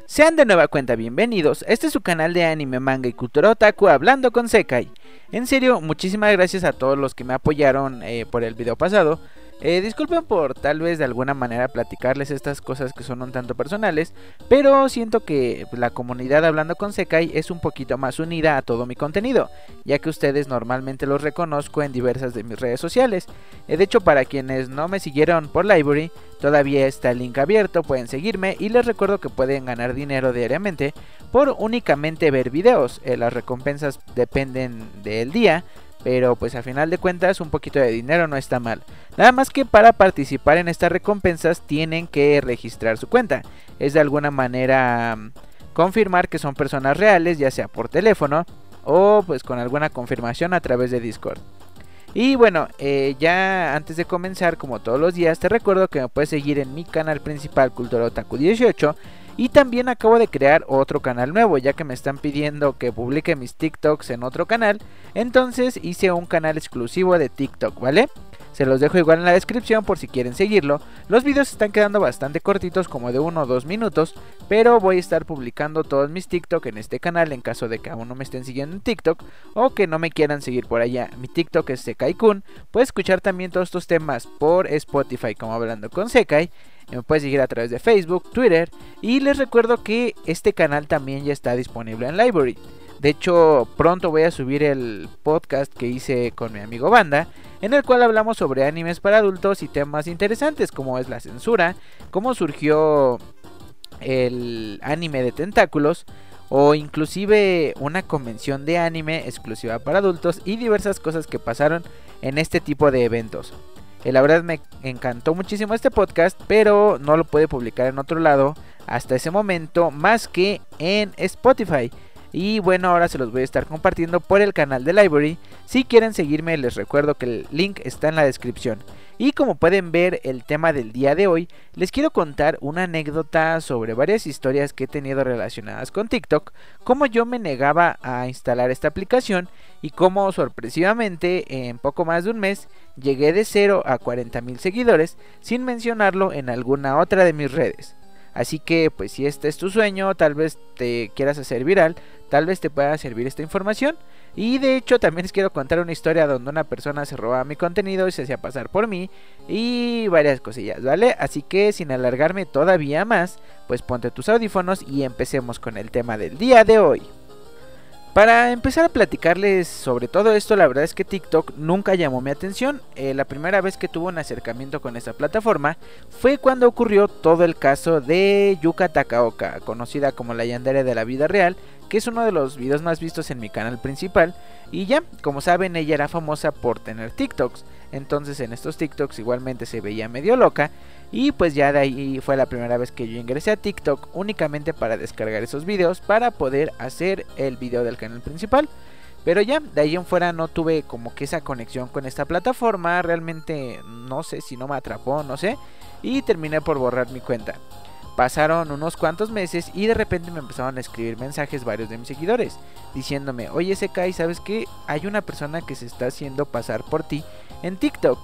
Sean de nueva cuenta bienvenidos, este es su canal de anime, manga y cultura otaku hablando con Sekai. En serio, muchísimas gracias a todos los que me apoyaron por el video pasado. Disculpen por tal vez de alguna manera platicarles estas cosas que son un tanto personales, pero siento que la comunidad hablando con Sekai es un poquito más unida a todo mi contenido, ya que ustedes normalmente los reconozco en diversas de mis redes sociales. De hecho, para quienes no me siguieron por Library, todavía está el link abierto, pueden seguirme y les recuerdo que pueden ganar dinero diariamente por únicamente ver videos. Las recompensas dependen del día, pero pues a final de cuentas un poquito de dinero no está mal. Nada más que para participar en estas recompensas tienen que registrar su cuenta. Es de alguna manera confirmar que son personas reales, ya sea por teléfono o pues con alguna confirmación a través de Discord. Y bueno, ya antes de comenzar, como todos los días, te recuerdo que me puedes seguir en mi canal principal Cultura Otaku 18. Y también acabo de crear otro canal nuevo, ya que me están pidiendo que publique mis TikToks en otro canal. Entonces hice un canal exclusivo de TikTok, ¿vale? Se los dejo igual en la descripción por si quieren seguirlo. Los videos están quedando bastante cortitos, como de 1 o 2 minutos, pero voy a estar publicando todos mis TikTok en este canal en caso de que aún no me estén siguiendo en TikTok o que no me quieran seguir por allá. Mi TikTok es Sekai-kun. Puedes escuchar también todos estos temas por Spotify como Hablando con Sekai. Me puedes seguir a través de Facebook, Twitter, y les recuerdo que este canal también ya está disponible en Library. De hecho, pronto voy a subir el podcast que hice con mi amigo Banda, en el cual hablamos sobre animes para adultos y temas interesantes como es la censura, cómo surgió el anime de tentáculos, o inclusive una convención de anime exclusiva para adultos y diversas cosas que pasaron en este tipo de eventos. La verdad me encantó muchísimo este podcast, pero no lo pude publicar en otro lado hasta ese momento más que en Spotify. Y bueno, ahora se los voy a estar compartiendo por el canal de Library. Si quieren seguirme, les recuerdo que el link está en la descripción. Y como pueden ver, el tema del día de hoy, les quiero contar una anécdota sobre varias historias que he tenido relacionadas con TikTok, cómo yo me negaba a instalar esta aplicación y cómo sorpresivamente en poco más de un mes llegué de 0 a 40,000 seguidores sin mencionarlo en alguna otra de mis redes. Así que pues si este es tu sueño, tal vez te quieras hacer viral, tal vez te pueda servir esta información. Y de hecho también les quiero contar una historia donde una persona se robaba mi contenido y se hacía pasar por mí y varias cosillas, ¿vale? Así que sin alargarme todavía más, pues ponte tus audífonos y empecemos con el tema del día de hoy. Para empezar a platicarles sobre todo esto, la verdad es que TikTok nunca llamó mi atención. La primera vez que tuve un acercamiento con esta plataforma fue cuando ocurrió todo el caso de Yuka Takaoka, conocida como la yandere de la vida real, que es uno de los videos más vistos en mi canal principal. Y ya, como saben, ella era famosa por tener TikToks, entonces en estos TikToks igualmente se veía medio loca. Y pues ya de ahí fue la primera vez que yo ingresé a TikTok únicamente para descargar esos videos para poder hacer el video del canal principal. Pero ya, de ahí en fuera no tuve como que esa conexión con esta plataforma, realmente no sé si no me atrapó, no sé. Y terminé por borrar mi cuenta. Pasaron unos cuantos meses y de repente me empezaron a escribir mensajes varios de mis seguidores diciéndome: oye Sekai, ¿sabes qué? Hay una persona que se está haciendo pasar por ti en TikTok.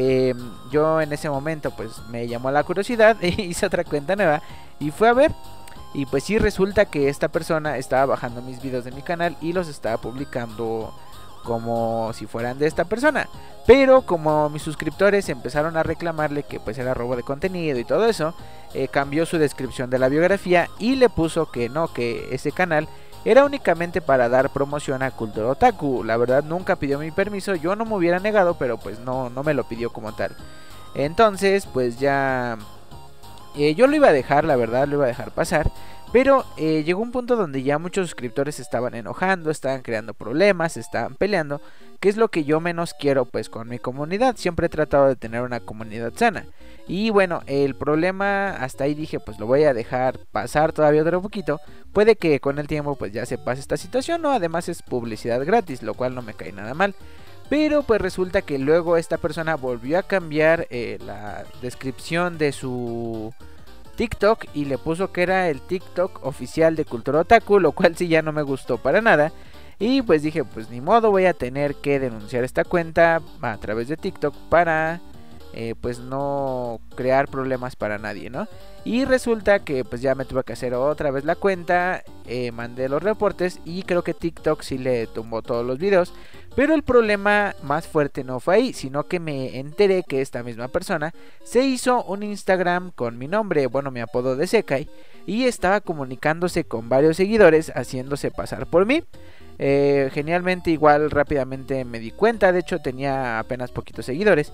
Yo en ese momento pues me llamó la curiosidad e hice otra cuenta nueva y fui a ver. Y pues sí, resulta que esta persona estaba bajando mis videos de mi canal y los estaba publicando como si fueran de esta persona. Pero como mis suscriptores empezaron a reclamarle que pues era robo de contenido y todo eso, cambió su descripción de la biografía y le puso que no, que ese canal era únicamente para dar promoción a Cultura Otaku. La verdad nunca pidió mi permiso, yo no me hubiera negado, pero pues no me lo pidió como tal. Entonces pues ya yo lo iba a dejar, la verdad lo iba a dejar pasar. Pero llegó un punto donde ya muchos suscriptores se estaban enojando, estaban creando problemas, estaban peleando, que es lo que yo menos quiero pues con mi comunidad. Siempre he tratado de tener una comunidad sana. Y bueno, el problema hasta ahí dije pues lo voy a dejar pasar todavía otro poquito. Puede que con el tiempo pues ya se pase esta situación, ¿no? Además es publicidad gratis, lo cual no me cae nada mal. Pero pues resulta que luego esta persona volvió a cambiar la descripción de su TikTok y le puso que era el TikTok oficial de Cultura Otaku, lo cual sí ya no me gustó para nada. Y pues dije, pues ni modo, voy a tener que denunciar esta cuenta a través de TikTok para pues no crear problemas para nadie, ¿no? Y resulta que pues ya me tuve que hacer otra vez la cuenta, mandé los reportes y creo que TikTok sí le tumbó todos los videos. Pero el problema más fuerte no fue ahí, sino que me enteré que esta misma persona se hizo un Instagram con mi nombre, bueno, mi apodo de Sekai, y estaba comunicándose con varios seguidores haciéndose pasar por mí. Genialmente, igual rápidamente me di cuenta, de hecho tenía apenas poquitos seguidores.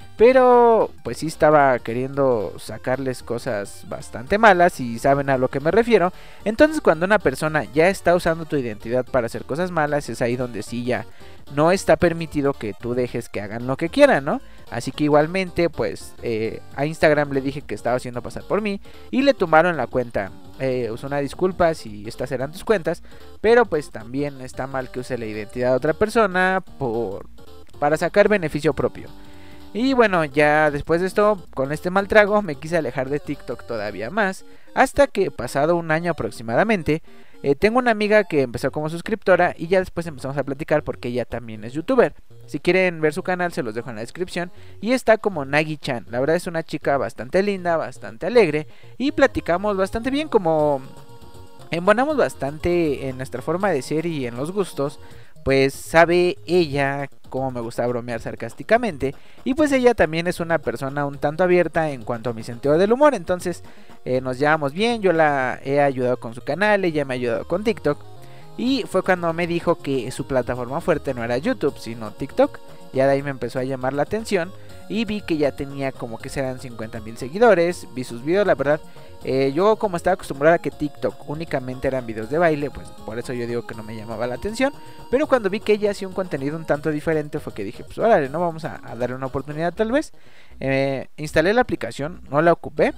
Pero pues sí estaba queriendo sacarles cosas bastante malas, y saben a lo que me refiero. Entonces cuando una persona ya está usando tu identidad para hacer cosas malas, es ahí donde sí ya no está permitido que tú dejes que hagan lo que quieran, ¿no? Así que igualmente pues a Instagram le dije que estaba haciendo pasar por mí y le tumbaron la cuenta. Usa una disculpa si estas eran tus cuentas, pero pues también está mal que use la identidad de otra persona para sacar beneficio propio. Y bueno, ya después de esto, con este mal trago, me quise alejar de TikTok todavía más. Hasta que pasado un año aproximadamente, tengo una amiga que empezó como suscriptora y ya después empezamos a platicar porque ella también es youtuber. Si quieren ver su canal se los dejo en la descripción. Y está como Nagi-chan. La verdad es una chica bastante linda, bastante alegre. Y platicamos bastante bien, como embonamos bastante en nuestra forma de ser y en los gustos. Pues sabe ella cómo me gusta bromear sarcásticamente. Y pues ella también es una persona un tanto abierta en cuanto a mi sentido del humor. Entonces nos llevamos bien, yo la he ayudado con su canal, ella me ha ayudado con TikTok. Y fue cuando me dijo que su plataforma fuerte no era YouTube, sino TikTok. Ya de ahí me empezó a llamar la atención. Y vi que ya tenía como que serán 50,000 seguidores. Vi sus videos, la verdad. Yo como estaba acostumbrado a que TikTok únicamente eran videos de baile, pues por eso yo digo que no me llamaba la atención. Pero cuando vi que ella hacía un contenido un tanto diferente, fue que dije, pues órale, no, vamos a darle una oportunidad tal vez. Instalé la aplicación, no la ocupé.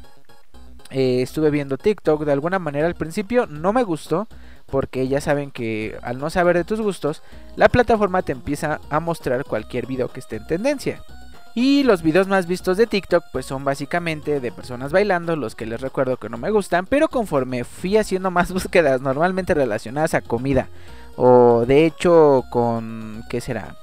Estuve viendo TikTok, de alguna manera al principio no me gustó, porque ya saben que al no saber de tus gustos, la plataforma te empieza a mostrar cualquier video que esté en tendencia. Y los videos más vistos de TikTok pues son básicamente de personas bailando, los que les recuerdo que no me gustan. Pero conforme fui haciendo más búsquedas normalmente relacionadas a comida, o de hecho con, ¿qué será?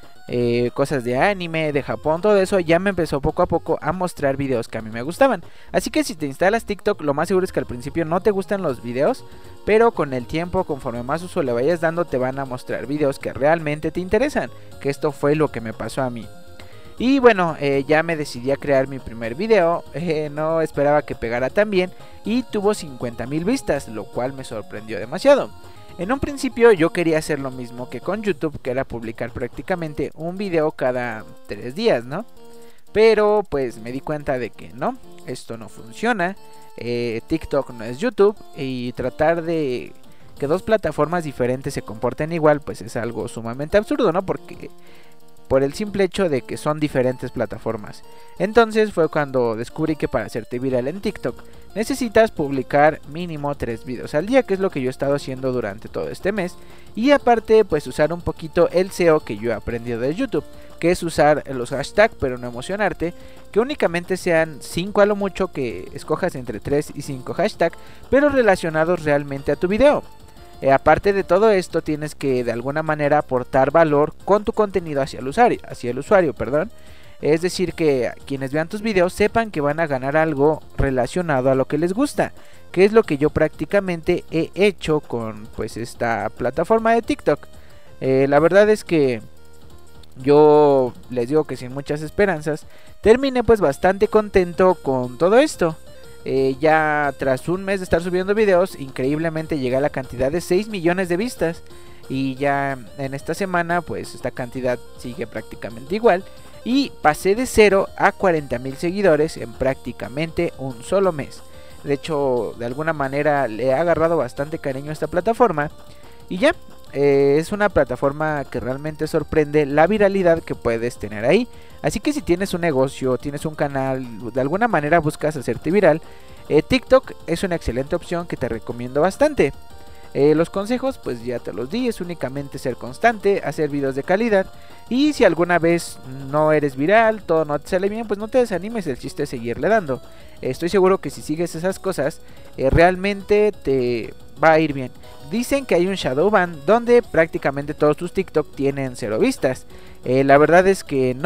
Cosas de anime, de Japón, todo eso, ya me empezó poco a poco a mostrar videos que a mí me gustaban. Así que si te instalas TikTok, lo más seguro es que al principio no te gustan los videos, pero con el tiempo, conforme más uso le vayas dando, te van a mostrar videos que realmente te interesan. Que esto fue lo que me pasó a mí. Y bueno, ya me decidí a crear mi primer video. No esperaba que pegara tan bien y tuvo 50,000 vistas, lo cual me sorprendió demasiado. En un principio yo quería hacer lo mismo que con YouTube, que era publicar prácticamente un video cada 3 días, ¿no? Pero pues me di cuenta de que no, esto no funciona. TikTok no es YouTube, y tratar de que dos plataformas diferentes se comporten igual pues es algo sumamente absurdo, ¿no? Porque por el simple hecho de que son diferentes plataformas. Entonces fue cuando descubrí que para hacerte viral en TikTok necesitas publicar mínimo 3 videos al día, que es lo que yo he estado haciendo durante todo este mes. Y aparte pues usar un poquito el SEO que yo he aprendido de YouTube, que es usar los hashtags pero no emocionarte, que únicamente sean 5 a lo mucho, que escojas entre 3 y 5 hashtags, pero relacionados realmente a tu video. Aparte de todo esto, tienes que de alguna manera aportar valor con tu contenido hacia el usuario, perdón. Es decir, que quienes vean tus videos sepan que van a ganar algo relacionado a lo que les gusta, que es lo que yo prácticamente he hecho con pues esta plataforma de TikTok. La verdad es que yo les digo que sin muchas esperanzas terminé pues bastante contento con todo esto. Ya tras un mes de estar subiendo videos, increíblemente llegué a la cantidad de 6 millones de vistas. Y ya en esta semana pues esta cantidad sigue prácticamente igual. Y pasé de 0 a 40,000 seguidores en prácticamente un solo mes. De hecho, de alguna manera le he agarrado bastante cariño a esta plataforma. Y ya, es una plataforma que realmente sorprende la viralidad que puedes tener ahí. Así que si tienes un negocio, tienes un canal, de alguna manera buscas hacerte viral, TikTok es una excelente opción que te recomiendo bastante. Los consejos pues ya te los di, es únicamente ser constante, hacer videos de calidad. Y si alguna vez no eres viral, todo no te sale bien, pues no te desanimes, el chiste es seguirle dando. Estoy seguro que si sigues esas cosas, realmente te va a ir bien. Dicen que hay un shadow ban donde prácticamente todos tus TikTok tienen 0 vistas. La verdad es que no.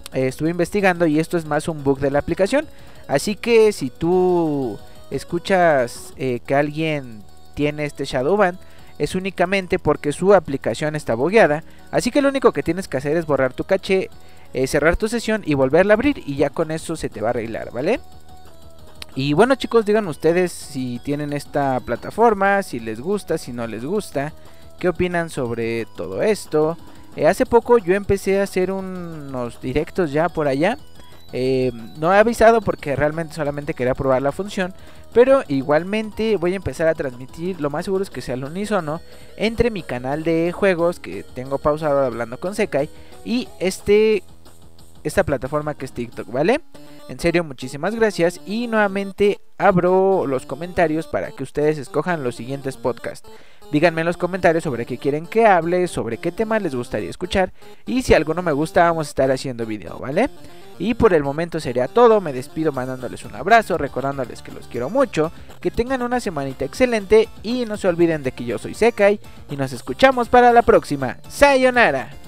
estuve investigando y esto es más un bug de la aplicación. Así que si tú escuchas que alguien tiene este Shadowban, es únicamente porque su aplicación está bugueada. Así que lo único que tienes que hacer es borrar tu caché, cerrar tu sesión y volverla a abrir, y ya con eso se te va a arreglar, ¿vale? Y bueno, chicos, digan ustedes si tienen esta plataforma, si les gusta, si no les gusta, qué opinan sobre todo esto. Hace poco yo empecé a hacer unos directos ya por allá. No he avisado porque realmente solamente quería probar la función, pero igualmente voy a empezar a transmitir, lo más seguro es que sea al unísono, entre mi canal de juegos que tengo pausado hablando con Sekai y esta plataforma que es TikTok, ¿vale? En serio, muchísimas gracias, y nuevamente abro los comentarios para que ustedes escojan los siguientes podcasts. Díganme en los comentarios sobre qué quieren que hable, sobre qué tema les gustaría escuchar, y si alguno me gusta vamos a estar haciendo video, ¿vale? Y por el momento sería todo, me despido mandándoles un abrazo, recordándoles que los quiero mucho, que tengan una semanita excelente y no se olviden de que yo soy Sekai y nos escuchamos para la próxima. ¡Sayonara!